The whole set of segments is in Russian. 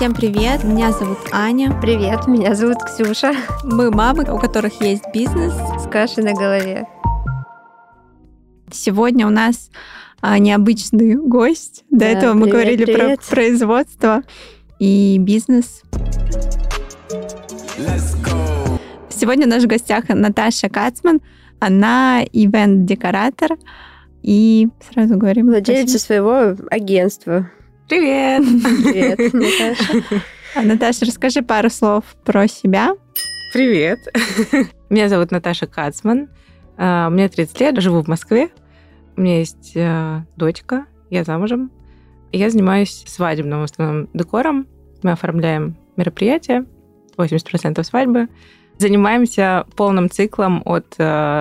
Всем привет, меня зовут Аня. Привет, меня зовут Ксюша. Мы мамы, у которых есть бизнес с кашей на голове. Сегодня у нас необычный гость. До этого мы говорили про производство и бизнес. Сегодня у нас в гостях Наташа Кацман. Она ивент-декоратор и, сразу говорим... владелица своего агентства. Привет! Привет, Наташа. Наташа, расскажи пару слов про себя. Привет! Меня зовут Наташа Кацман. Мне 30 лет, живу в Москве. У меня есть дочка, я замужем. Я занимаюсь свадебным в основном декором. Мы оформляем мероприятия, 80% свадьбы. Занимаемся полным циклом от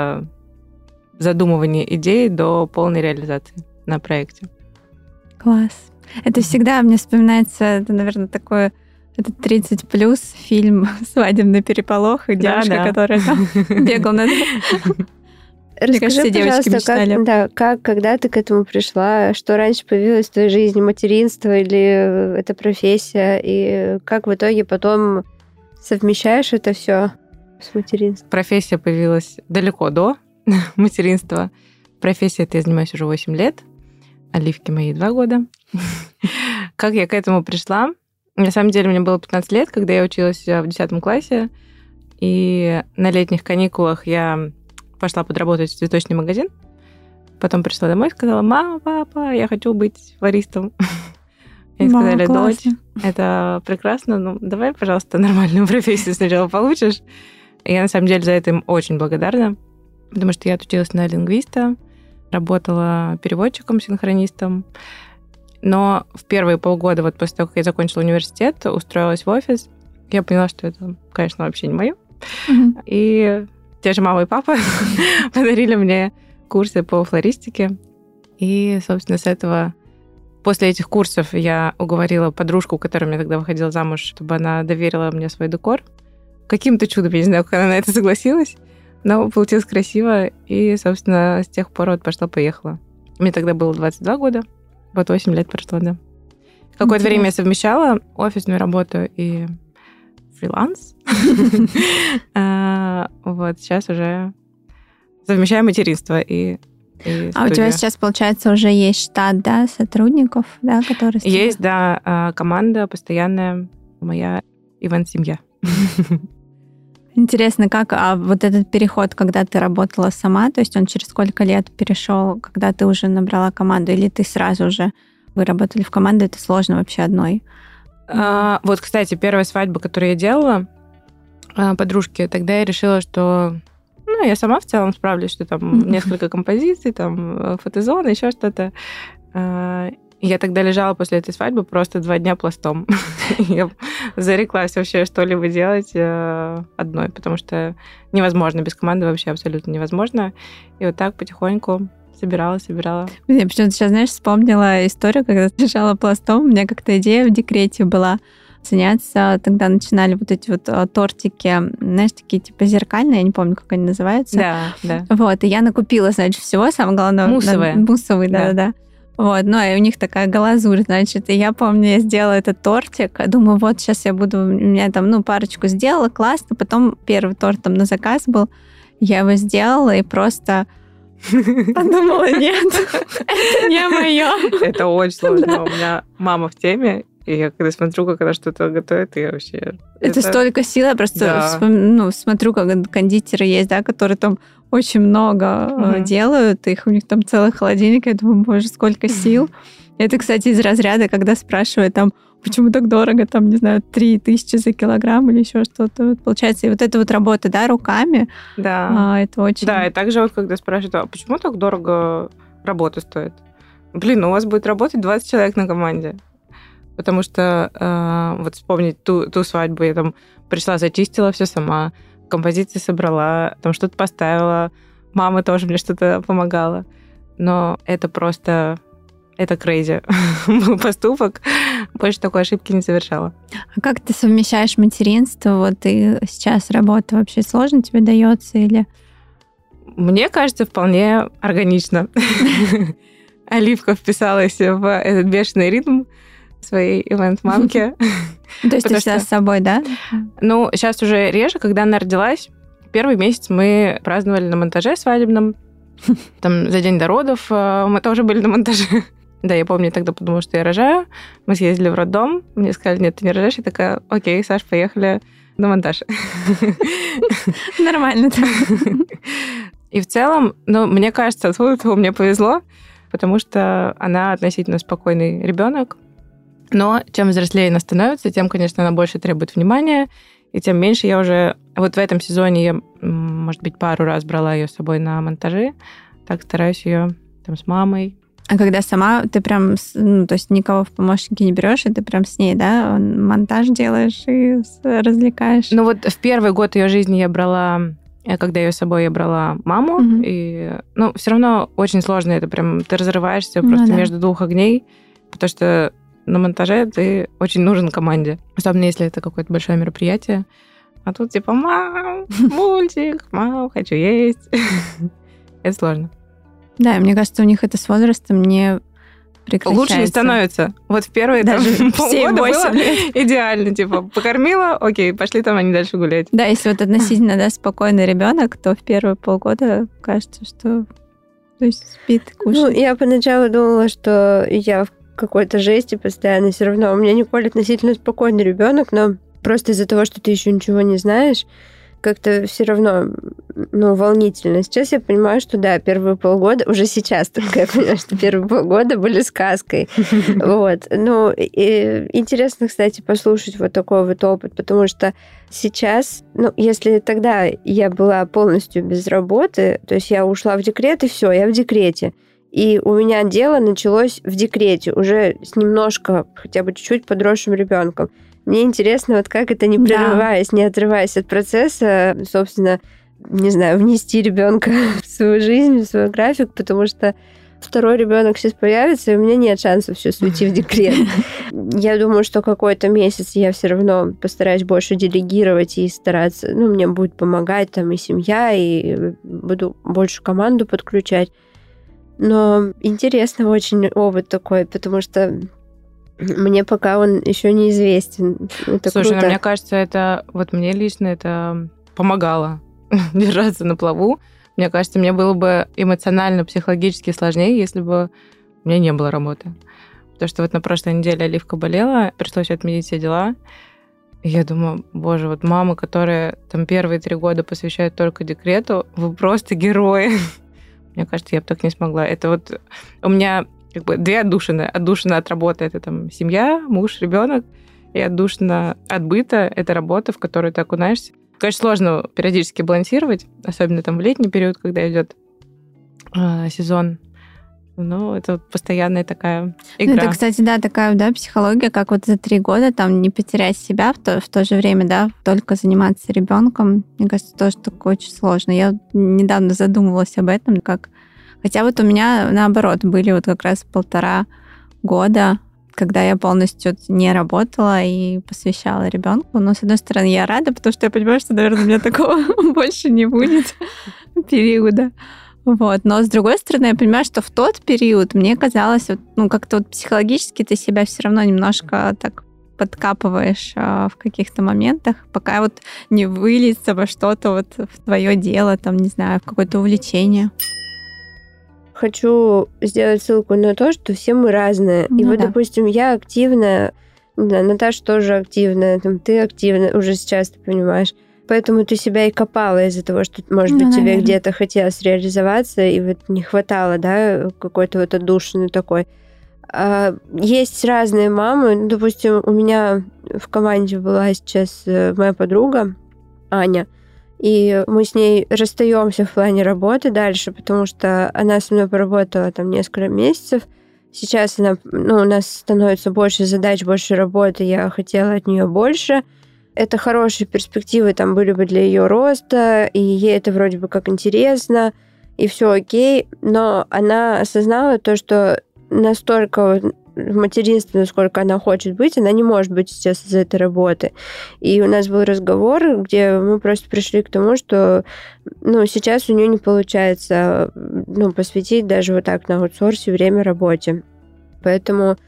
задумывания идеи до полной реализации на проекте. Класс. Это всегда мне вспоминается, это, наверное, такое, это 30+ фильм «Свадебный переполох», и девушка, которая там бегала на... Расскажи, пожалуйста, когда ты к этому пришла, что раньше появилось в твоей жизни, материнство или это профессия, и как в итоге потом совмещаешь это все с материнством? Профессия появилась далеко до материнства. Профессией я занимаюсь уже 8 лет, Оливке моей 2 года. Как я к этому пришла? На самом деле, мне было 15 лет, когда я училась в 10 классе, и на летних каникулах я пошла подработать в цветочный магазин. Потом пришла домой и сказала: мама, папа, я хочу быть флористом. И сказали: дочь, это прекрасно, ну давай, пожалуйста, нормальную профессию сначала получишь. И я, на самом деле, за это им очень благодарна, потому что я отучилась на лингвиста, работала переводчиком, синхронистом. Но в первые полгода, вот после того, как я закончила университет, устроилась в офис, я поняла, что это, конечно, вообще не мое. И те же мама и папа подарили мне курсы по флористике. И, собственно, с этого... После этих курсов я уговорила подружку, которая мне тогда выходила замуж, чтобы она доверила мне свой декор. Каким-то чудом, я не знаю, как она на это согласилась, но получилось красиво. И, собственно, с тех пор вот пошла-поехала. Мне тогда было 22 года. Вот 8 лет прошло, да. Какое-то время я совмещала офисную работу и фриланс. Вот сейчас уже совмещаю материнство и студию. А у тебя сейчас, получается, уже есть штат, да, сотрудников, да, которые... Есть, да, команда постоянная, моя ивент-семья. Интересно, как вот этот переход, когда ты работала сама, то есть он через сколько лет перешел, когда ты уже набрала команду, или ты сразу же, вы работали в команде, это сложно вообще одной? Вот, кстати, первая свадьба, которую я делала подружке, тогда я решила, что я сама в целом справлюсь, что там несколько композиций, там фотозона, еще что-то. Я тогда лежала после этой свадьбы просто 2 дня пластом. Я зареклась вообще что-либо делать одной, потому что невозможно, без команды вообще абсолютно невозможно. И вот так потихоньку собирала. Я почему-то сейчас, знаешь, вспомнила историю, когда лежала пластом. У меня как-то идея в декрете была заняться. Тогда начинали вот эти вот тортики, знаешь, такие типа зеркальные, я не помню, как они называются. Да. Вот, и я накупила, значит, всего, самое главное... Муссовые, да. Вот, ну, и у них такая глазурь, значит, и я помню, я сделала этот тортик, думаю, вот сейчас я буду, у меня там, парочку сделала, классно, потом первый торт там на заказ был, я его сделала и просто подумала, нет, это не мое. Это очень сложно, у меня мама в теме, и я когда смотрю, как она что-то готовит, я вообще... Это столько сил, я просто смотрю, как кондитеры есть, да, которые там очень много делают, у них там целый холодильник, я думаю, боже, сколько сил. Это, кстати, из разряда, когда спрашивают там, почему так дорого, там, не знаю, 3000 за килограмм или еще что-то. Получается, и вот эта вот работа, да, руками, это очень... Да, и также вот, когда спрашивают, а почему так дорого работа стоит? Блин, у вас будет работать 20 человек на команде. Потому что, вот вспомнить ту свадьбу, я там пришла, зачистила все сама, композиции собрала, там что-то поставила, мама тоже мне что-то помогала. Но это просто... Это crazy был поступок. Больше такой ошибки не совершала. А как ты совмещаешь материнство? Вот и сейчас работа вообще сложно тебе дается или... Мне кажется, вполне органично. Оливка вписалась в этот бешеный ритм. своей ивент-мамке. То есть ты всегда с собой, да? Ну, сейчас уже реже, когда она родилась. Первый месяц мы праздновали на монтаже свадебном. Там за день до родов мы тоже были на монтаже. Да, я помню, я тогда подумала, что я рожаю. Мы съездили в роддом. Мне сказали, нет, ты не рожаешь. Я такая, окей, Саш, поехали на монтаж. Нормально. И в целом, ну, мне кажется, от этого мне повезло, потому что она относительно спокойный ребенок. Но чем взрослее она становится, тем, конечно, она больше требует внимания, и тем меньше я уже... Вот в этом сезоне я, может быть, пару раз брала ее с собой на монтажи. Так стараюсь ее там с мамой. А когда сама, ты прям, ну, то есть никого в помощники не берешь, и ты прям с ней, да, монтаж делаешь и развлекаешь? Ну вот в первый год ее жизни я брала... Когда ее с собой я брала маму, и, ну, все равно очень сложно это прям, ты разрываешься просто между двух огней, потому что на монтаже ты очень нужен команде, особенно если это какое-то большое мероприятие. А тут типа, мам, мультик, мам, хочу есть. Это сложно. Да, мне кажется, у них это с возрастом не прекращается. Лучше не становится. Вот в первые даже полгода было идеально. Типа, покормила, окей, пошли там они дальше гулять. Да, если вот относительно, да, спокойный ребенок, то в первые полгода кажется, что то есть спит, кушает. Ну, я поначалу думала, что я в какой-то жести постоянно все равно. У меня Николь относительно спокойный ребенок, но просто из-за того, что ты еще ничего не знаешь, как-то все равно, ну, волнительно. Сейчас я понимаю, что да, первые полгода, уже сейчас только я понимаю, что первые полгода были сказкой. Вот. Ну, и интересно, кстати, послушать вот такой вот опыт, потому что сейчас, ну, если тогда я была полностью без работы, то есть я ушла в декрет, и все, я в декрете. И у меня дело началось в декрете, уже с немножко, хотя бы чуть-чуть подросшим ребенком. Мне интересно, вот как это, не прерываясь, не отрываясь от процесса, собственно, не знаю, внести ребенка в свою жизнь, в свой график, потому что второй ребенок сейчас появится, и у меня нет шансов сейчас уйти в декрет. Я думаю, что какой-то месяц я все равно постараюсь больше делегировать и стараться, ну, мне будет помогать там и семья, и буду больше команду подключать. Но интересно очень опыт такой, потому что мне пока он еще неизвестен. Это Слушай, круто. Мне кажется, это вот мне лично это помогало держаться на плаву. Мне кажется, мне было бы эмоционально, психологически сложнее, если бы у меня не было работы. Потому что вот на прошлой неделе Оливка болела, пришлось отменить все дела. И я думаю, боже, вот мамы, которые там первые 3 года посвящают только декрету, вы просто герои. Мне кажется, я бы так не смогла. Это вот у меня как бы 2 отдушины. Отдушина от работы — это там семья, муж, ребенок. И отдушина от быта — это работа, в которую ты окунаешься. Конечно, сложно периодически балансировать, особенно там в летний период, когда идет сезон. Но это вот постоянная такая игра. Ну, это, кстати, да, такая, да, психология, как вот за 3 года там не потерять себя, в то же время, да, только заниматься ребенком. Мне кажется, тоже такое очень сложно. Я недавно задумывалась об этом, как... Хотя вот у меня, наоборот, были вот как раз 1,5 года, когда я полностью не работала и посвящала ребенку. Но, с одной стороны, я рада, потому что я понимаю, что, наверное, у меня такого больше не будет периода. Вот. Но, с другой стороны, я понимаю, что в тот период мне казалось, вот, ну, как-то вот психологически ты себя все равно немножко так подкапываешь в каких-то моментах, пока вот не выльется во что-то вот в твое дело, там, не знаю, в какое-то увлечение. Хочу сделать ссылку на то, что все мы разные. Ну, и вот, да. допустим, я активная, да, Наташа тоже активная, там, ты активная уже сейчас, ты понимаешь. Поэтому ты себя и копала из-за того, что, может быть, тебе где-то хотелось реализоваться, и вот не хватало, да, какой-то вот отдушины такой. Есть разные мамы. Допустим, у меня в команде была сейчас моя подруга Аня, и мы с ней расстаемся в плане работы дальше, потому что она со мной поработала там несколько месяцев. Сейчас она, ну, у нас становится больше задач, больше работы, я хотела от нее больше. Это хорошие перспективы там были бы для ее роста, и ей это вроде бы как интересно, и все окей, но она осознала то, что настолько в материнстве, насколько она хочет быть, она не может быть сейчас из этой работы. И у нас был разговор, где мы просто пришли к тому, что, ну, сейчас у нее не получается, ну, посвятить даже вот так на аутсорсе время работе. Поэтому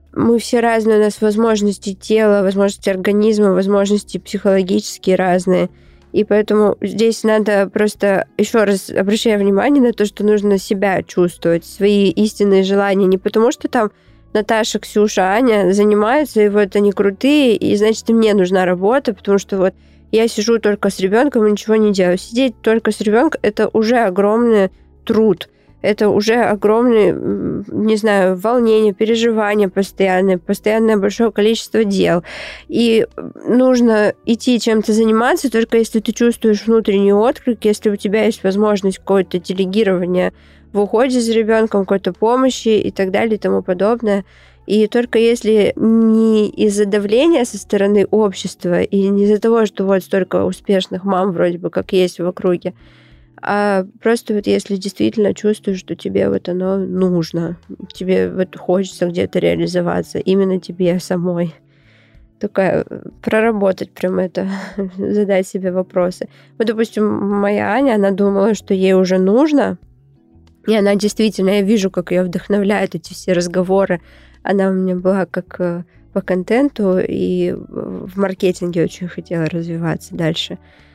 мы все разные, у нас возможности тела, возможности организма, возможности психологические разные. И поэтому здесь надо просто еще раз обращать внимание на то, что нужно себя чувствовать, свои истинные желания. Не потому, что там Наташа, Ксюша, Аня занимаются, и вот они крутые, и значит, и мне нужна работа, потому что вот я сижу только с ребенком и ничего не делаю. Сидеть только с ребенком – это уже огромный труд. Это уже огромное, не знаю, волнение, переживания постоянное большое количество дел. И нужно идти чем-то заниматься, только если ты чувствуешь внутренний отклик, если у тебя есть возможность какое-то делегирования в уходе за ребенком, какой-то помощи и так далее и тому подобное. И только если не из-за давления со стороны общества и не из-за того, что вот столько успешных мам вроде бы как есть в округе, а просто вот если действительно чувствуешь, что тебе вот оно нужно, тебе вот хочется где-то реализоваться, именно тебе самой. Такая, проработать прям это, задать себе вопросы. Вот, допустим, моя Аня, она думала, что ей уже нужно, и она действительно, я вижу, как ее вдохновляют эти все разговоры. Она у меня была как по контенту, и в маркетинге очень хотела развиваться дальше.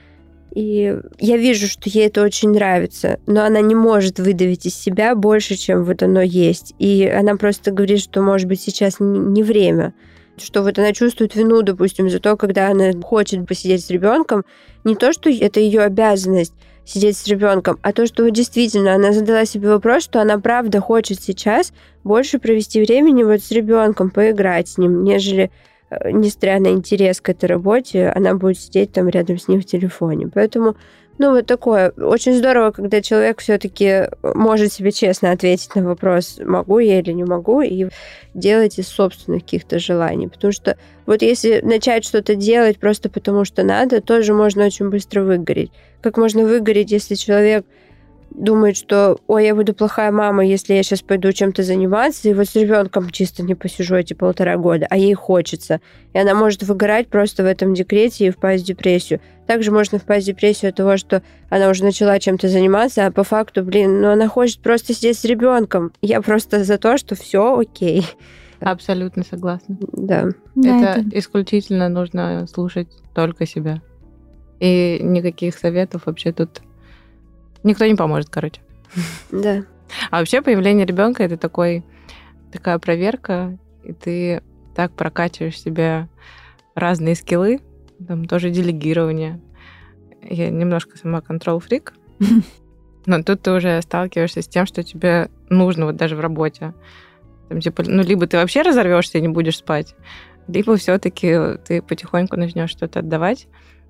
И я вижу, что ей это очень нравится, но она не может выдавить из себя больше, чем вот оно есть. И она просто говорит, что, может быть, сейчас не время. Что вот она чувствует вину, допустим, за то, когда она хочет посидеть с ребенком. Не то, что это ее обязанность сидеть с ребенком, а то, что действительно она задала себе вопрос, что она правда хочет сейчас больше провести времени вот с ребенком, поиграть с ним, нежели, несмотря на интерес к этой работе, она будет сидеть там рядом с ним в телефоне. Поэтому, вот такое. Очень здорово, когда человек все-таки может себе честно ответить на вопрос, могу я или не могу, и делать из собственных каких-то желаний. Потому что вот если начать что-то делать просто потому, что надо, тоже можно очень быстро выгореть. Как можно выгореть, если человек думает, что ой, я буду плохая мама, если я сейчас пойду чем-то заниматься, и вот с ребенком чисто не посижу эти 1,5 года, а ей хочется. И она может выгорать просто в этом декрете и впасть в депрессию. Также можно впасть в депрессию от того, что она уже начала чем-то заниматься, а по факту, она хочет просто сидеть с ребенком. Я просто за то, что все окей. Абсолютно согласна. Да. Это исключительно нужно слушать только себя. И никаких советов вообще тут никто не поможет, короче. Да. А вообще появление ребенка это такая проверка, и ты так прокачиваешь себе разные скиллы, там тоже делегирование. Я немножко сама контрол-фрик, но тут ты уже сталкиваешься с тем, что тебе нужно вот даже в работе. Там, типа, либо ты вообще разорвешься и не будешь спать, либо все-таки ты потихоньку начнешь что-то отдавать,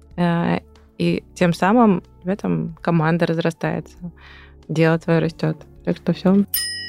и тем самым в этом команда разрастается, дело твое растет. Так что все.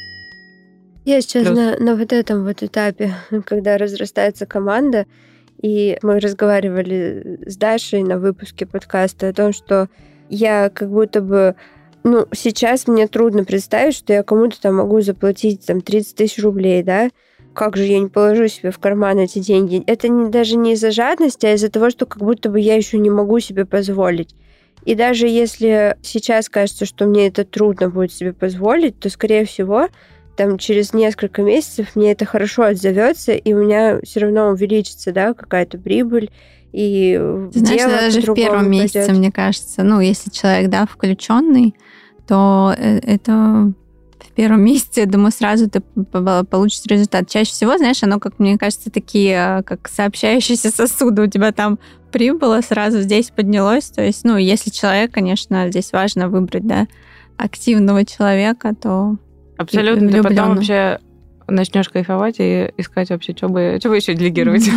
Я сейчас на вот этом вот этапе, когда разрастается команда, и мы разговаривали с Дашей на выпуске подкаста о том, что я как будто бы сейчас мне трудно представить, что я кому-то там могу заплатить 30 тысяч рублей, да? Как же я не положу себе в карман эти деньги? Это даже не из-за жадности, а из-за того, что как будто бы я еще не могу себе позволить. И даже если сейчас кажется, что мне это трудно будет себе позволить, то, скорее всего, через несколько месяцев мне это хорошо отзовется, и у меня все равно увеличится, да, какая-то прибыль. И знаешь, даже в первом месяце, мне кажется, если человек, включенный, то это в первом месяце, я думаю, сразу ты получишь результат. Чаще всего, знаешь, оно, как мне кажется, такие, как сообщающиеся сосуды. У тебя там прибыло, сразу здесь поднялось. То есть, если человек, конечно, здесь важно выбрать, да, активного человека, то абсолютно. Ты потом вообще начнешь кайфовать и искать вообще, что бы еще делегировать.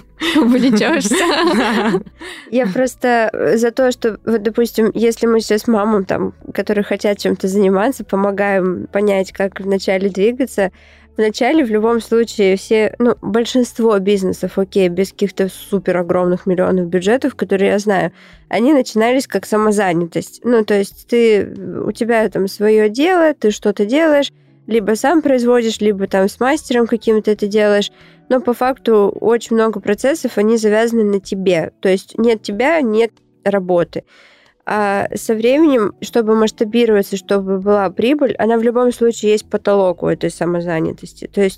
Увлечешься. Я просто за то, что, вот, допустим, если мы сейчас мамам, которые хотят чем-то заниматься, помогаем понять, как вначале двигаться, вначале в любом случае большинство бизнесов, без каких-то супер огромных миллионов бюджетов, которые я знаю, они начинались как самозанятость. То есть у тебя свое дело, ты что-то делаешь, либо сам производишь, либо с мастером каким-то это делаешь, но по факту очень много процессов, они завязаны на тебе. То есть нет тебя, нет работы. А со временем, чтобы масштабироваться, чтобы была прибыль, она в любом случае есть потолок у этой самозанятости. То есть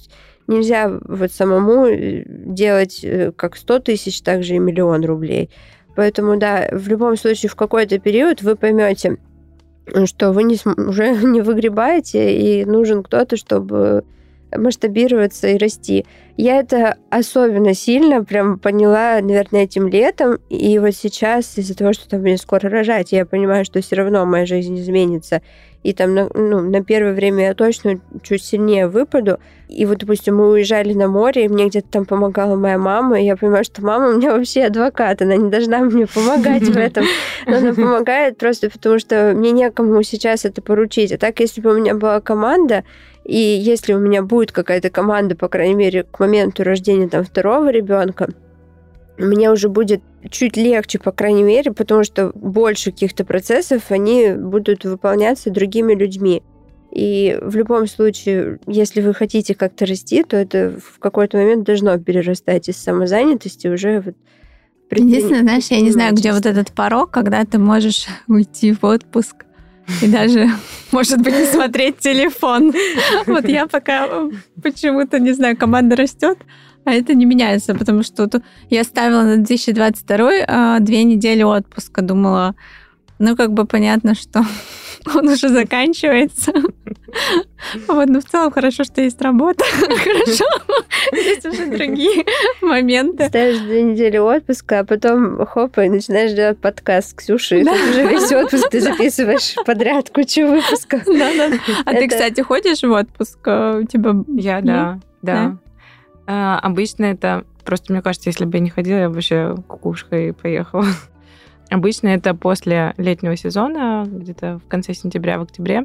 нельзя вот самому делать как 100 тысяч, так же и 1 миллион рублей. Поэтому, да, в любом случае в какой-то период вы поймете, что вы уже не выгребаете, и нужен кто-то, чтобы масштабироваться и расти. Я это особенно сильно прям поняла, наверное, этим летом. И вот сейчас из-за того, что там мне скоро рожать, я понимаю, что все равно моя жизнь изменится. И там на первое время я точно чуть сильнее выпаду. И вот, допустим, мы уезжали на море, и мне где-то там помогала моя мама, и я понимаю, что мама у меня вообще адвокат, она не должна мне помогать в этом. Но она помогает просто потому, что мне некому сейчас это поручить. А так, если бы у меня была команда, и если у меня будет какая-то команда, по крайней мере, к моменту рождения там 2-го ребенка, мне уже будет чуть легче, по крайней мере, потому что больше каких-то процессов, они будут выполняться другими людьми. И в любом случае, если вы хотите как-то расти, то это в какой-то момент должно перерастать из самозанятости уже вот. Единственное, знаешь, я не знаю, где вот этот порог, когда ты можешь уйти в отпуск и даже, может быть, не смотреть телефон. Вот я пока почему-то, не знаю, команда растет, а это не меняется, потому что я ставила на 2022 2 недели отпуска. Думала, как бы понятно, что он уже заканчивается. Вот, но в целом хорошо, что есть работа. Хорошо. Здесь уже другие моменты. Ставишь 2 недели отпуска, а потом хоп, и начинаешь делать подкаст с Ксюшей. Да. Уже весь отпуск ты записываешь подряд кучу выпусков. Да. А ты, кстати, ходишь в отпуск? У тебя... Я, да. Обычно это... Просто, мне кажется, если бы я не ходила, я бы вообще кукушкой поехала. Обычно это после летнего сезона, где-то в конце сентября, в октябре.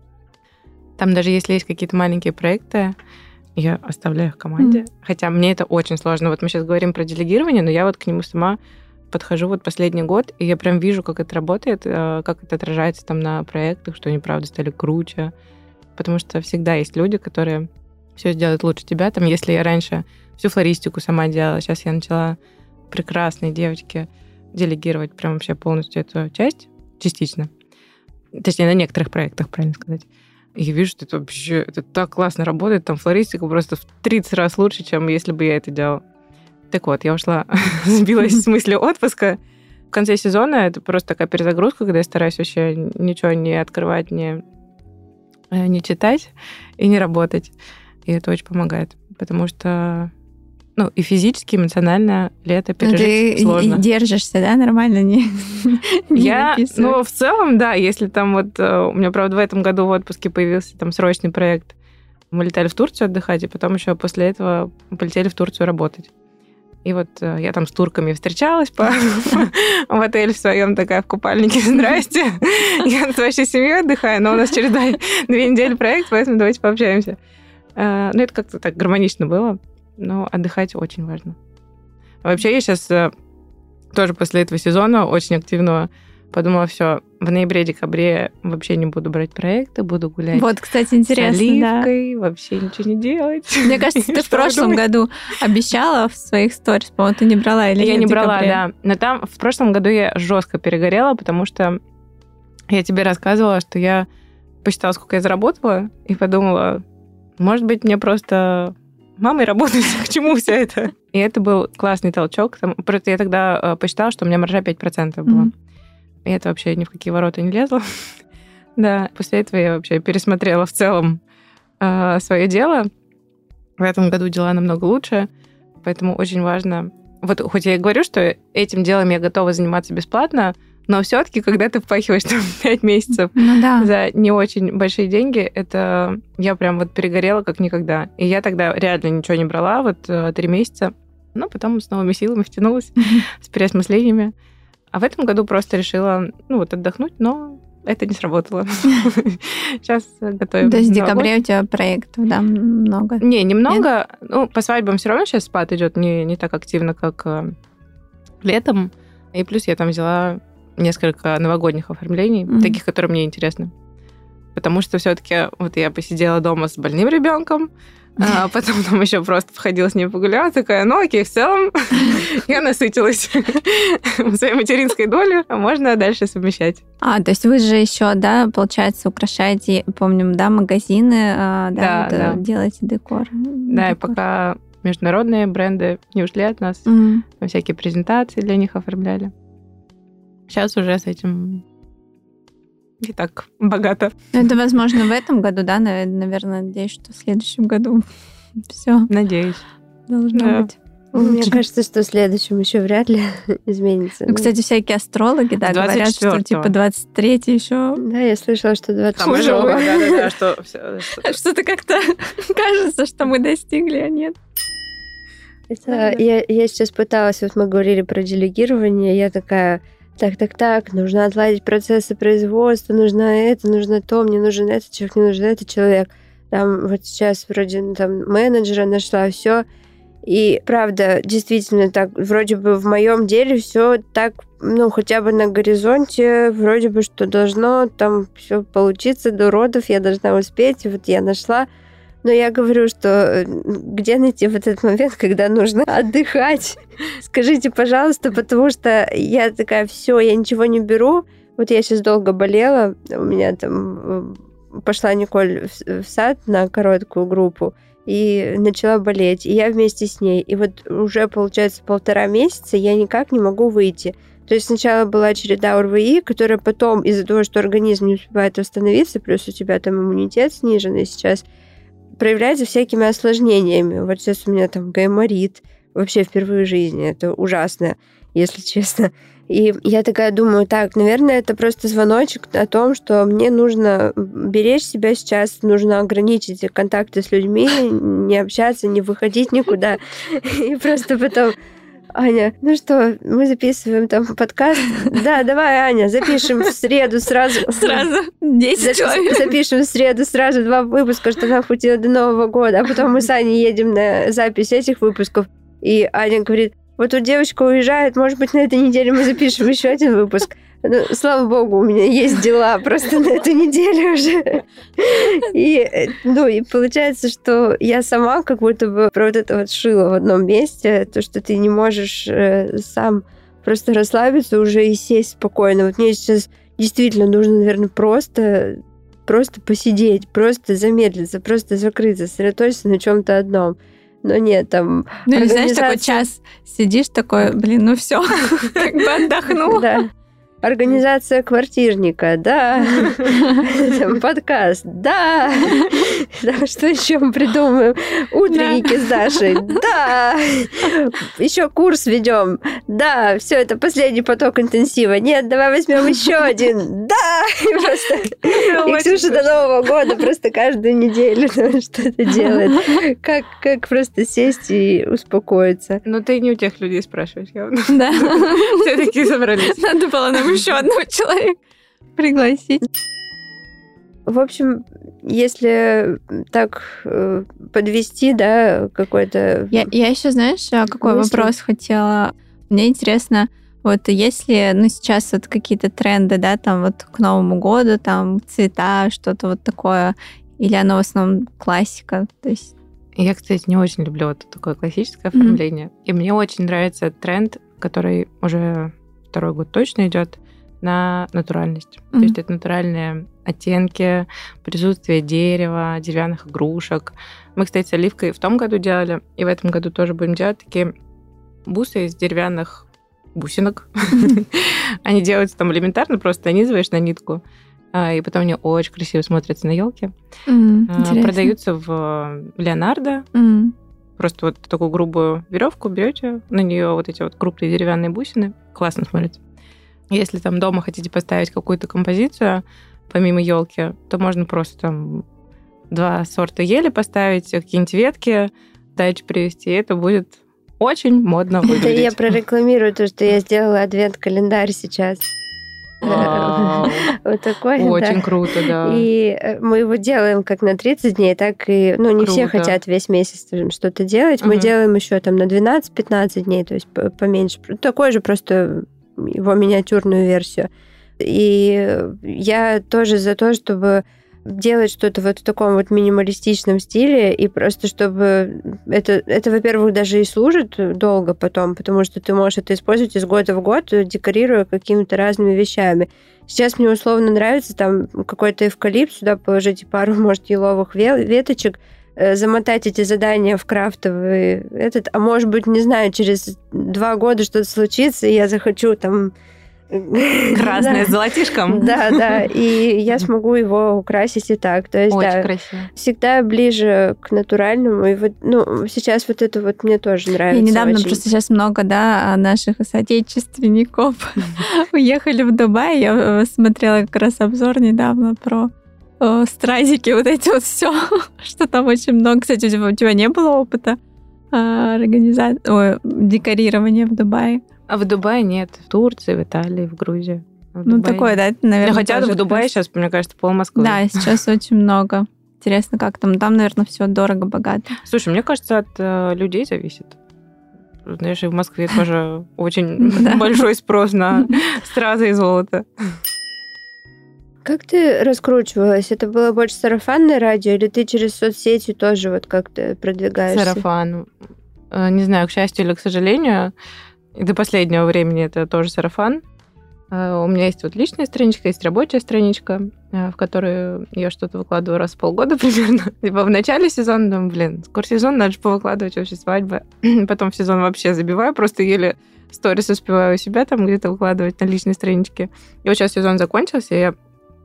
Там даже если есть какие-то маленькие проекты, я оставляю их команде. Хотя мне это очень сложно. Вот мы сейчас говорим про делегирование, но я вот к нему сама подхожу вот последний год, и я прям вижу, как это работает, как это отражается там на проектах, что они, правда, стали круче. Потому что всегда есть люди, которые все сделают лучше тебя. Там, если я раньше всю флористику сама делала, сейчас я начала прекрасные девочки делегировать прям вообще полностью эту часть, частично. Точнее, на некоторых проектах, правильно сказать. И я вижу, что это вообще это так классно работает. Там флористика просто в 30 раз лучше, чем если бы я это делала. Так вот, я ушла, сбилась с мысли отпуска. В конце сезона это просто такая перезагрузка, когда я стараюсь вообще ничего не открывать, не читать и не работать. И это очень помогает. Потому что и физически, эмоционально лето пережить сложно. Ты держишься, да, нормально? Не я, в целом, да, если там вот... У меня, правда, в этом году в отпуске появился там срочный проект. Мы летали в Турцию отдыхать, и потом еще после этого полетели в Турцию работать. И вот я там с турками встречалась в отеле в своем, такая в купальнике. Здрасте, я с вашей семьей отдыхаю, но у нас через 2 недели проект, поэтому давайте пообщаемся. Это как-то так гармонично было. Но отдыхать очень важно. Вообще, я сейчас тоже после этого сезона очень активно подумала, все, в ноябре-декабре вообще не буду брать проекты, буду гулять. Вот, кстати, интересно, с оливкой, вообще ничего не делать. Мне кажется, ты в прошлом году обещала в своих сторис, по-моему, ты не брала или нет? Я не брала, да. Но там в прошлом году я жестко перегорела, потому что я тебе рассказывала, что я посчитала, сколько я заработала, и подумала, может быть, мне просто... мамой работать, к чему все это? И это был классный толчок. Просто я тогда посчитала, что у меня маржа 5% была. И это вообще ни в какие ворота не лезло. Да, после этого я вообще пересмотрела в целом свое дело. В этом году дела намного лучше, поэтому очень важно... Вот хоть я и говорю, что этим делом я готова заниматься бесплатно, но все-таки, когда ты впахиваешь там 5 месяцев за не очень большие деньги, это я прям вот перегорела как никогда. И я тогда реально ничего не брала, вот 3 месяца. Но потом с новыми силами втянулась, с переосмыслениями. А в этом году просто решила, отдохнуть, но это не сработало. Сейчас готовим. То есть в декабре у тебя проектов, да, много? Немного. По свадьбам все равно сейчас спад идет не так активно, как летом. И плюс я там взяла несколько новогодних оформлений, таких, которые мне интересны. Потому что все-таки вот я посидела дома с больным ребенком, А потом там еще просто входила с ней погуляла, такая, ну окей, в целом я насытилась своей материнской долей, а можно дальше совмещать. То есть вы же еще, да, получается, украшаете, помним, да, магазины, да. Делаете декор. Да, и пока международные бренды не ушли от нас, мы всякие презентации для них оформляли. Сейчас уже с этим не так богато. Это, возможно, в этом году, да, наверное, надеюсь, что в следующем году все. Надеюсь. Должно быть. Мне кажется, что в следующем еще вряд ли изменится. Ну, кстати, всякие астрологи, да, говорят, что типа 23-й еще. Да, я слышала, что 26-й. Да, Что-то как-то кажется, что мы достигли, а нет. Я сейчас пыталась, вот мы говорили про делегирование, я такая, так, нужно отладить процессы производства, нужно это, нужно то, мне нужен этот человек, мне нужен этот человек. Там вот сейчас вроде там менеджера нашла, все. И правда, действительно так, вроде бы в моем деле все так, ну, хотя бы на горизонте, вроде бы, что должно там все получиться до родов, я должна успеть, вот я нашла. Но я говорю, что где найти вот этот момент, когда нужно отдыхать? Скажите, пожалуйста, потому что я такая, все, я ничего не беру. Вот я сейчас долго болела, у меня там пошла Николь в сад на короткую группу и начала болеть, и я вместе с ней. И вот уже, получается, 1,5 месяца я никак не могу выйти. То есть сначала была череда ОРВИ, которая потом из-за того, что организм не успевает восстановиться, плюс у тебя там иммунитет сниженный сейчас, проявляется всякими осложнениями. Вот сейчас у меня там гайморит. Вообще впервые в жизни. Это ужасно, если честно. И я такая думаю, так, наверное, это просто звоночек о том, что мне нужно беречь себя сейчас, нужно ограничить контакты с людьми, не общаться, не выходить никуда. И просто потом... Аня, ну что, мы записываем там подкаст? Да, давай, Аня, запишем в среду сразу. Сразу 10 человек. Запишем в среду сразу 2 выпуска, чтобы нам хватило до Нового года. А потом мы с Аней едем на запись этих выпусков. И Аня говорит, вот тут девочка уезжает, может быть, на этой неделе мы запишем еще 1 выпуск. Ну, слава богу, у меня есть дела просто на эту неделю уже. И получается, что я сама как будто бы про вот это вот шила в одном месте, то, что ты не можешь сам просто расслабиться уже и сесть спокойно. Вот мне сейчас действительно нужно, наверное, просто посидеть, просто замедлиться, просто закрыться, сосредоточиться на чем-то одном. Но нет, там... Ну, или, знаешь, такой час сидишь, такой, блин, ну все, как бы отдохнула. Да. Организация квартирника, да. Подкаст, да. Что еще мы придумаем? Утренники с Дашей, да. Еще курс ведем, да. Все, это последний поток интенсива. Нет, давай возьмем еще один, да. И Ксюша до Нового года просто каждую неделю что-то делает. Как просто сесть и успокоиться. Ну, ты не у тех людей спрашиваешь, явно. Да. Все такие собрались. Надо было нам еще одного человека пригласить. В общем, если так подвести, да, какой-то... Я еще, знаешь, какой вопрос хотела? Мне интересно, вот если, сейчас вот какие-то тренды, да, там вот к Новому году, там цвета, что-то вот такое, или оно в основном классика, то есть... Я, кстати, не очень люблю вот такое классическое оформление. И мне очень нравится тренд, который уже 2-й год точно идет, на натуральность. То есть это натуральные оттенки, присутствие дерева, деревянных игрушек. Мы, кстати, с Оливкой в том году делали, и в этом году тоже будем делать такие бусы из деревянных бусинок. Они делаются там элементарно, просто нанизываешь на нитку, и потом они очень красиво смотрятся на елке. Продаются в Леонардо. Просто вот такую грубую веревку берете, на нее вот эти вот крупные деревянные бусины. Классно смотрится. Если там дома хотите поставить какую-то композицию, помимо елки, то можно просто там 2 сорта ели поставить, какие-нибудь ветки, дальше привезти, и это будет очень модно выглядеть. Это я прорекламирую то, что я сделала адвент-календарь сейчас. Вот такой, очень круто, да. И мы его делаем как на 30 дней, так и... Ну, не все хотят весь месяц что-то делать. Мы делаем еще там на 12-15 дней, то есть поменьше. Такой же, просто его миниатюрную версию. И я тоже за то, чтобы делать что-то вот в таком вот минималистичном стиле, и просто чтобы это, во-первых, даже и служит долго потом, потому что ты можешь это использовать из года в год, декорируя какими-то разными вещами. Сейчас мне условно нравится там какой-то эвкалипт, сюда положить пару, может, еловых веточек, замотать эти задания в крафтовый а может быть, не знаю, через 2 года что-то случится, и я захочу там... Красное с золотишком. Да, и я смогу его украсить и так. То есть, очень красиво. Всегда ближе к натуральному. И вот, сейчас вот это вот мне тоже нравится. И недавно очень. Просто сейчас много, наших соотечественников уехали в Дубай. Я смотрела как раз обзор недавно про стразики, вот эти вот все, что там очень много. Кстати, у тебя не было опыта декорирования в Дубае? А в Дубае нет. В Турции, в Италии, в Грузии. Такое, да, это, наверное, хотя в Дубае сейчас, мне кажется, пол Москвы. Да, сейчас очень много. Интересно, как там. Там, наверное, все дорого, богато. Слушай, мне кажется, от людей зависит. Знаешь, и в Москве тоже очень большой спрос на стразы и золото. Как ты раскручивалась? Это было больше сарафанное радио, или ты через соцсети тоже вот как-то продвигаешься? Сарафан. Не знаю, к счастью или к сожалению, и до последнего времени это тоже сарафан. У меня есть вот личная страничка, есть рабочая страничка, в которой я что-то выкладываю раз в полгода примерно. Типа в начале сезона думаю, скоро сезон, надо же повыкладывать вообще свадьбы. Потом в сезон вообще забиваю, просто еле сторис успеваю у себя там где-то выкладывать на личной страничке. И вот сейчас сезон закончился, и я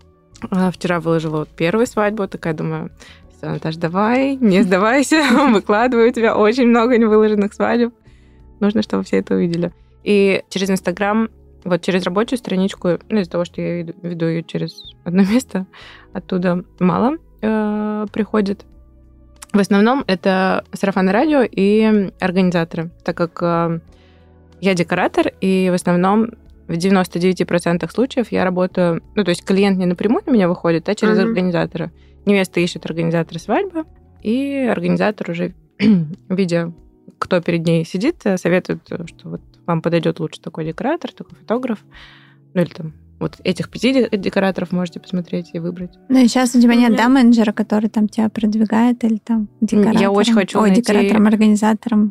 вчера выложила вот первую свадьбу, такая думаю, все, Наташ, давай, не сдавайся, выкладываю, у тебя очень много невыложенных свадеб. Нужно, чтобы все это увидели. И через Инстаграм, вот через рабочую страничку, из-за того, что я веду ее через одно место, оттуда мало приходит. В основном это сарафанное радио и организаторы, так как я декоратор, и в основном в 99% случаев я работаю... то есть клиент не напрямую на меня выходит, а через организатора. Невеста ищет организатора свадьбы, и организатор уже, видя, кто перед ней сидит, советует, что вот вам подойдет лучше такой декоратор, такой фотограф. Или там вот этих 5 декораторов можете посмотреть и выбрать. Ну и сейчас у тебя нет, менеджера, который там тебя продвигает, или там декоратором? Я очень хочу найти... декоратором, организатором.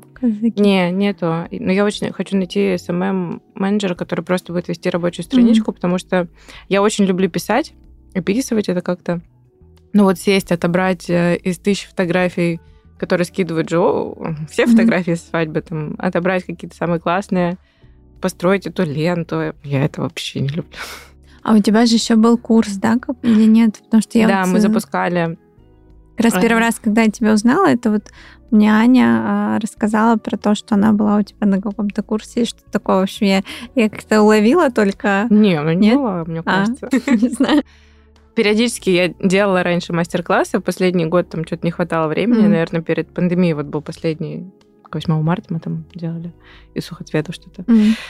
Нету. Но я очень хочу найти SMM-менеджера, который просто будет вести рабочую страничку, потому что я очень люблю писать, описывать это как-то. Сесть, отобрать из 1000 фотографий, которые скидывают же все фотографии с свадьбы, там, отобрать какие-то самые классные, построить эту ленту. Я это вообще не люблю. А у тебя же еще был курс, да, или нет? Потому что мы запускали. Как раз первый раз, когда я тебя узнала, это вот мне Аня рассказала про то, что она была у тебя на каком-то курсе, и что такое. В общем, я как-то уловила только... Не была, мне кажется. Не знаю. Периодически я делала раньше мастер-классы. Последний год там что-то не хватало времени. Наверное, перед пандемией вот был последний. 8 марта мы там делали. И сухоцветов что-то.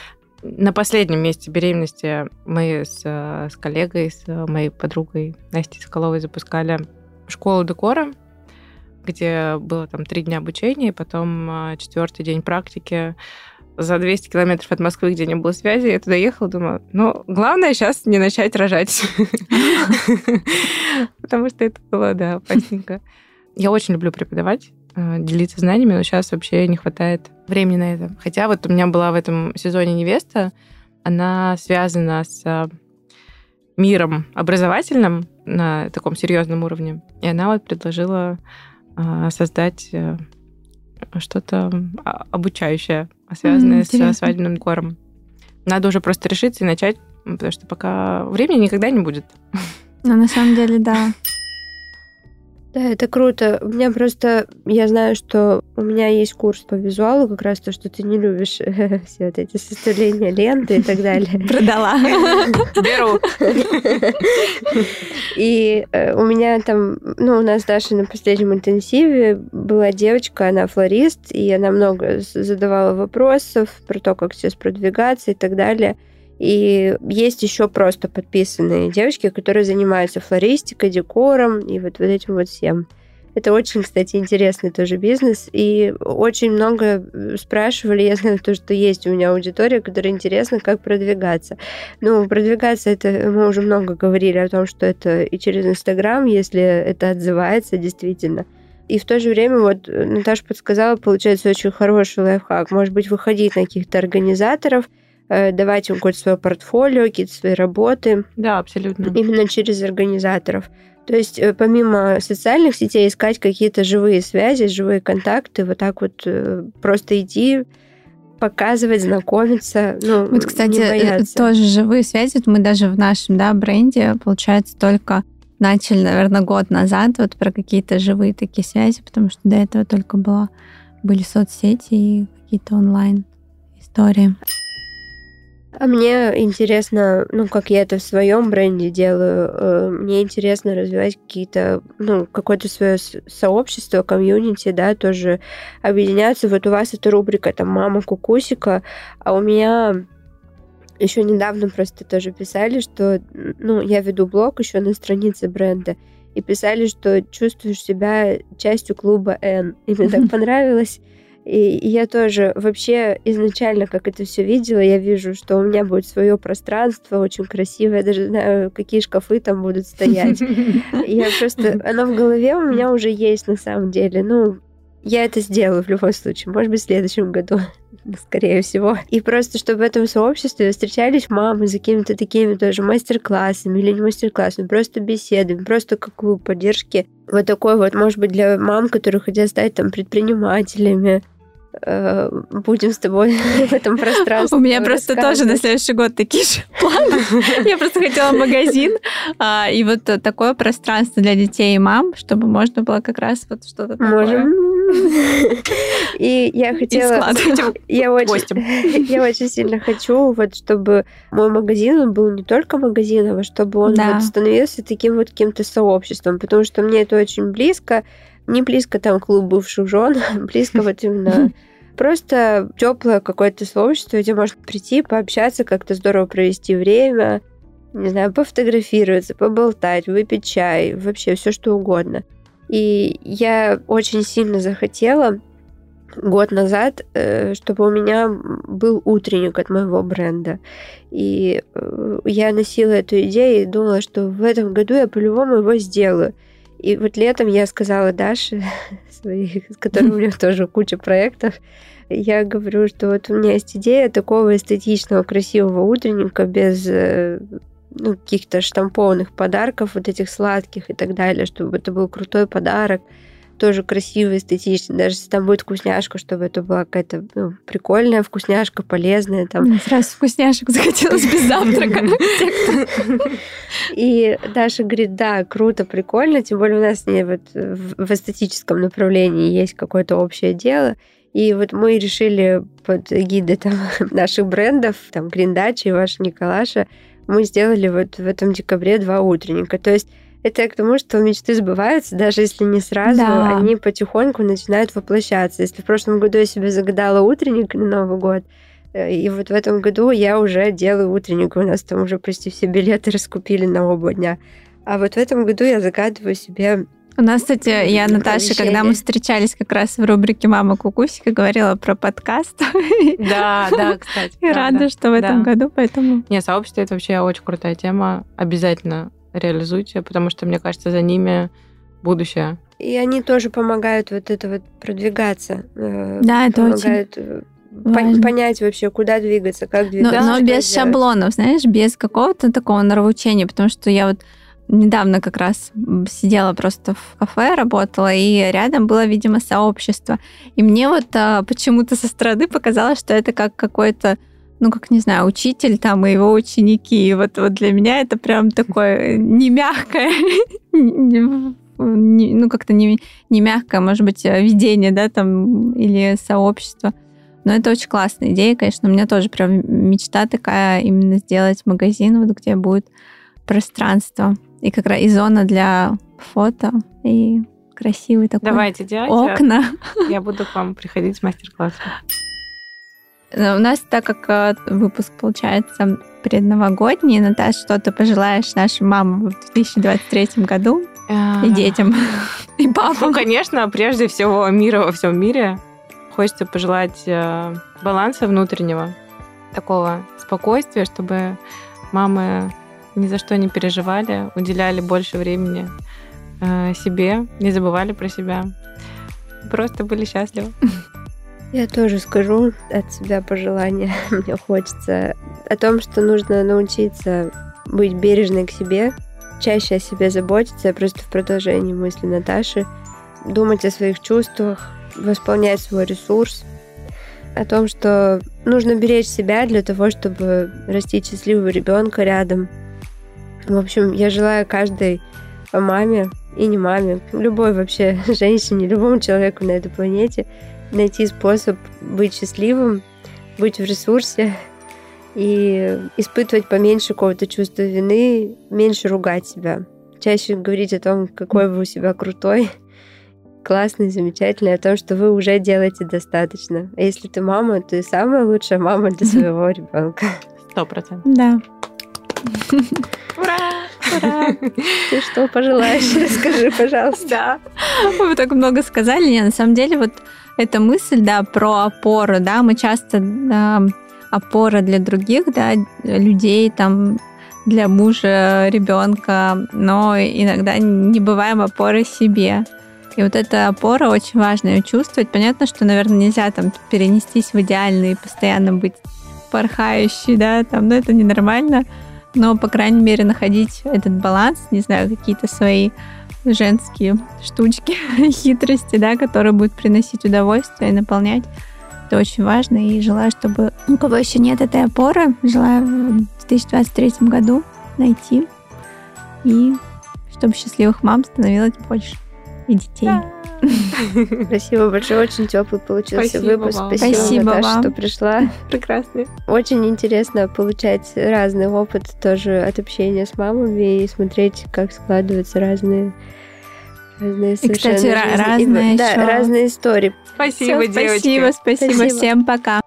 На последнем месте беременности мы с коллегой, с моей подругой Настей Соколовой запускали школу декора, где было там 3 дня обучения, и потом 4-й день практики за 200 километров от Москвы, где не было связи. Я туда ехала, думаю, главное сейчас не начать рожать. Потому что это было, опасненько. Я очень люблю преподавать, делиться знаниями, но сейчас вообще не хватает времени на это. Хотя вот у меня была в этом сезоне невеста, она связана с миром образовательным на таком серьезном уровне, и она вот предложила создать что-то обучающее, связанное с свадебным декором. Надо уже просто решиться и начать, потому что пока времени никогда не будет. На самом деле, да. Да, это круто. У меня просто... Я знаю, что у меня есть курс по визуалу, как раз то, что ты не любишь все вот эти составления ленты и так далее. Продала. Беру. И у меня там... у нас даже на последнем интенсиве была девочка, она флорист, и она много задавала вопросов про то, как сейчас продвигаться и так далее. И есть еще просто подписанные девочки, которые занимаются флористикой, декором и вот этим вот всем. Это очень, кстати, интересный тоже бизнес. И очень много спрашивали, я знаю то, что есть у меня аудитория, которая интересна, как продвигаться. Ну, продвигаться, это мы уже много говорили о том, что это и через Инстаграм, если это отзывается действительно. И в то же время, вот Наташа подсказала, получается очень хороший лайфхак. Может быть, выходить на каких-то организаторов, давать им какое-то свое портфолио, какие-то свои работы. Да, абсолютно. Именно через организаторов. То есть помимо социальных сетей искать какие-то живые связи, живые контакты, вот так вот просто идти, показывать, знакомиться, ну, вот, кстати, не бояться. Тоже живые связи. Мы даже в нашем, да, бренде, получается, только начали, наверное, год назад вот про какие-то живые такие связи, потому что до этого только были соцсети и какие-то онлайн-истории. А мне интересно, ну, как я это в своем бренде делаю, мне интересно развивать какие-то, ну, какое-то свое сообщество, комьюнити, да, тоже объединяться. Вот у вас эта рубрика, там, «Мама Кукусика», а у меня еще недавно просто тоже писали, что, ну, я веду блог еще на странице бренда, и писали, что чувствуешь себя частью клуба N. И мне так понравилось. И я тоже вообще изначально, как это все видела, я вижу, что у меня будет свое пространство очень красивое, я даже знаю, какие шкафы там будут стоять. Я просто... Оно в голове у меня уже есть на самом деле. Ну, я это сделаю в любом случае. Может быть, в следующем году, скорее всего. И просто, чтобы в этом сообществе встречались мамы за какими-то такими тоже мастер-классами или не мастер-классами, просто беседами, просто как клуб поддержки. Вот такой вот, может быть, для мам, которые хотят стать там предпринимателями, будем с тобой в этом пространстве. У меня просто тоже на следующий год такие же планы. Я просто хотела магазин, и вот такое пространство для детей и мам, чтобы можно было как раз вот что-то такое. Можем. И я хотела... Я очень сильно хочу, вот, чтобы мой магазин, он был не только магазином, а чтобы он вот становился таким вот каким-то сообществом, потому что мне это очень близко. Не близко там клуб бывших жен, близко вот именно просто теплое какое-то сообщество, где можно прийти, пообщаться, как-то здорово провести время, не знаю, пофотографироваться, поболтать, выпить чай, вообще все что угодно. И я очень сильно захотела год назад, чтобы у меня был утренник от моего бренда. И я носила эту идею и думала, что в этом году я по-любому его сделаю. И вот летом я сказала Даше, с которой у меня тоже куча проектов, я говорю, что вот у меня есть идея такого эстетичного, красивого утренника без каких-то штампованных подарков, вот этих сладких и так далее, чтобы это был крутой подарок, тоже красивый, эстетичный, даже если там будет вкусняшка, чтобы это была какая-то прикольная вкусняшка, полезная. Там. Сразу вкусняшек захотелось без завтрака. И Даша говорит, да, круто, прикольно, тем более у нас с ней вот в эстетическом направлении есть какое-то общее дело. И вот мы решили под гидой там наших брендов, там Гриндачи и ваша Николаша, мы сделали вот в этом декабре 2 утренника. То есть это к тому, что мечты сбываются, даже если не сразу, они потихоньку начинают воплощаться. Если в прошлом году я себе загадала утренник на Новый год, и вот в этом году я уже делаю утренник. У нас там уже почти все билеты раскупили на оба дня. А вот в этом году я загадываю себе... У нас, кстати, я, Наташа, когда мы встречались как раз в рубрике «Мама Кукусика», говорила про подкаст. Да, кстати. И рада, что в этом году, поэтому... Не, сообщество — это вообще очень крутая тема. Обязательно реализуйте, потому что, мне кажется, за ними будущее. И они тоже помогают вот это вот продвигаться. Да, это помогают понять вообще, куда двигаться, как двигаться. Но без шаблонов, знаешь, без какого-то такого нравоучения, потому что я вот недавно как раз сидела просто в кафе, работала, и рядом было, видимо, сообщество. И мне вот почему-то со стороны показалось, что это как какой-то, как, не знаю, учитель там и его ученики. И вот для меня это прям такое не мягкое, как-то не мягкое, может быть, видение, да, там, или сообщество. Но это очень классная идея, конечно. У меня тоже прям мечта такая именно сделать магазин, вот где будет пространство. И как раз и зона для фото, и красивый такой. Давайте делайте. Окна. Я буду к вам приходить с мастер-классом. У нас, так как выпуск получается предновогодний, Наташа, что ты пожелаешь нашим мамам в 2023 году и детям? И папам. Ну, конечно, прежде всего мира во всем мире. Хочется пожелать баланса внутреннего, такого спокойствия, чтобы мамы ни за что не переживали, уделяли больше времени себе, не забывали про себя. Просто были счастливы. Я тоже скажу от себя пожелание. Мне хочется о том, что нужно научиться быть бережной к себе, чаще о себе заботиться, просто в продолжении мысли Наташи, думать о своих чувствах, восполнять свой ресурс, о том, что нужно беречь себя для того, чтобы растить счастливого ребенка рядом. В общем, я желаю каждой маме и не маме, любой вообще женщине, любому человеку на этой планете найти способ быть счастливым, быть в ресурсе и испытывать поменьше какого-то чувства вины, меньше ругать себя. Чаще говорить о том, какой вы у себя крутой, классный, замечательный, о том, что вы уже делаете достаточно. А если ты мама, ты самая лучшая мама для своего ребенка. 100%. Да. Ура! Ура! Ты что пожелаешь? Скажи, пожалуйста. Да. Вы так много сказали. Не, на самом деле, вот эта мысль, да, про опору, да, мы часто опора для других, да, людей, там, для мужа, ребенка, но иногда не бываем опорой себе. И вот эта опора очень важно ее чувствовать. Понятно, что, наверное, нельзя там перенестись в идеальный и постоянно быть порхающей, да, там, но это ненормально. Но, по крайней мере, находить этот баланс, не знаю, какие-то свои женские штучки, хитрости, да, которые будут приносить удовольствие и наполнять. Это очень важно. И желаю, чтобы у кого еще нет этой опоры, желаю в 2023 году найти. И чтобы счастливых мам становилось больше. И детей. Спасибо большое. Очень теплый получился выпуск. Вам. Спасибо, Наташа, вам. что пришла. Прекрасно. Очень интересно получать разный опыт тоже от общения с мамами и смотреть, как складываются разные совершенно кстати, жизни. разные Да, еще. разные истории. Спасибо, Всё, девочки. Спасибо. Всем пока.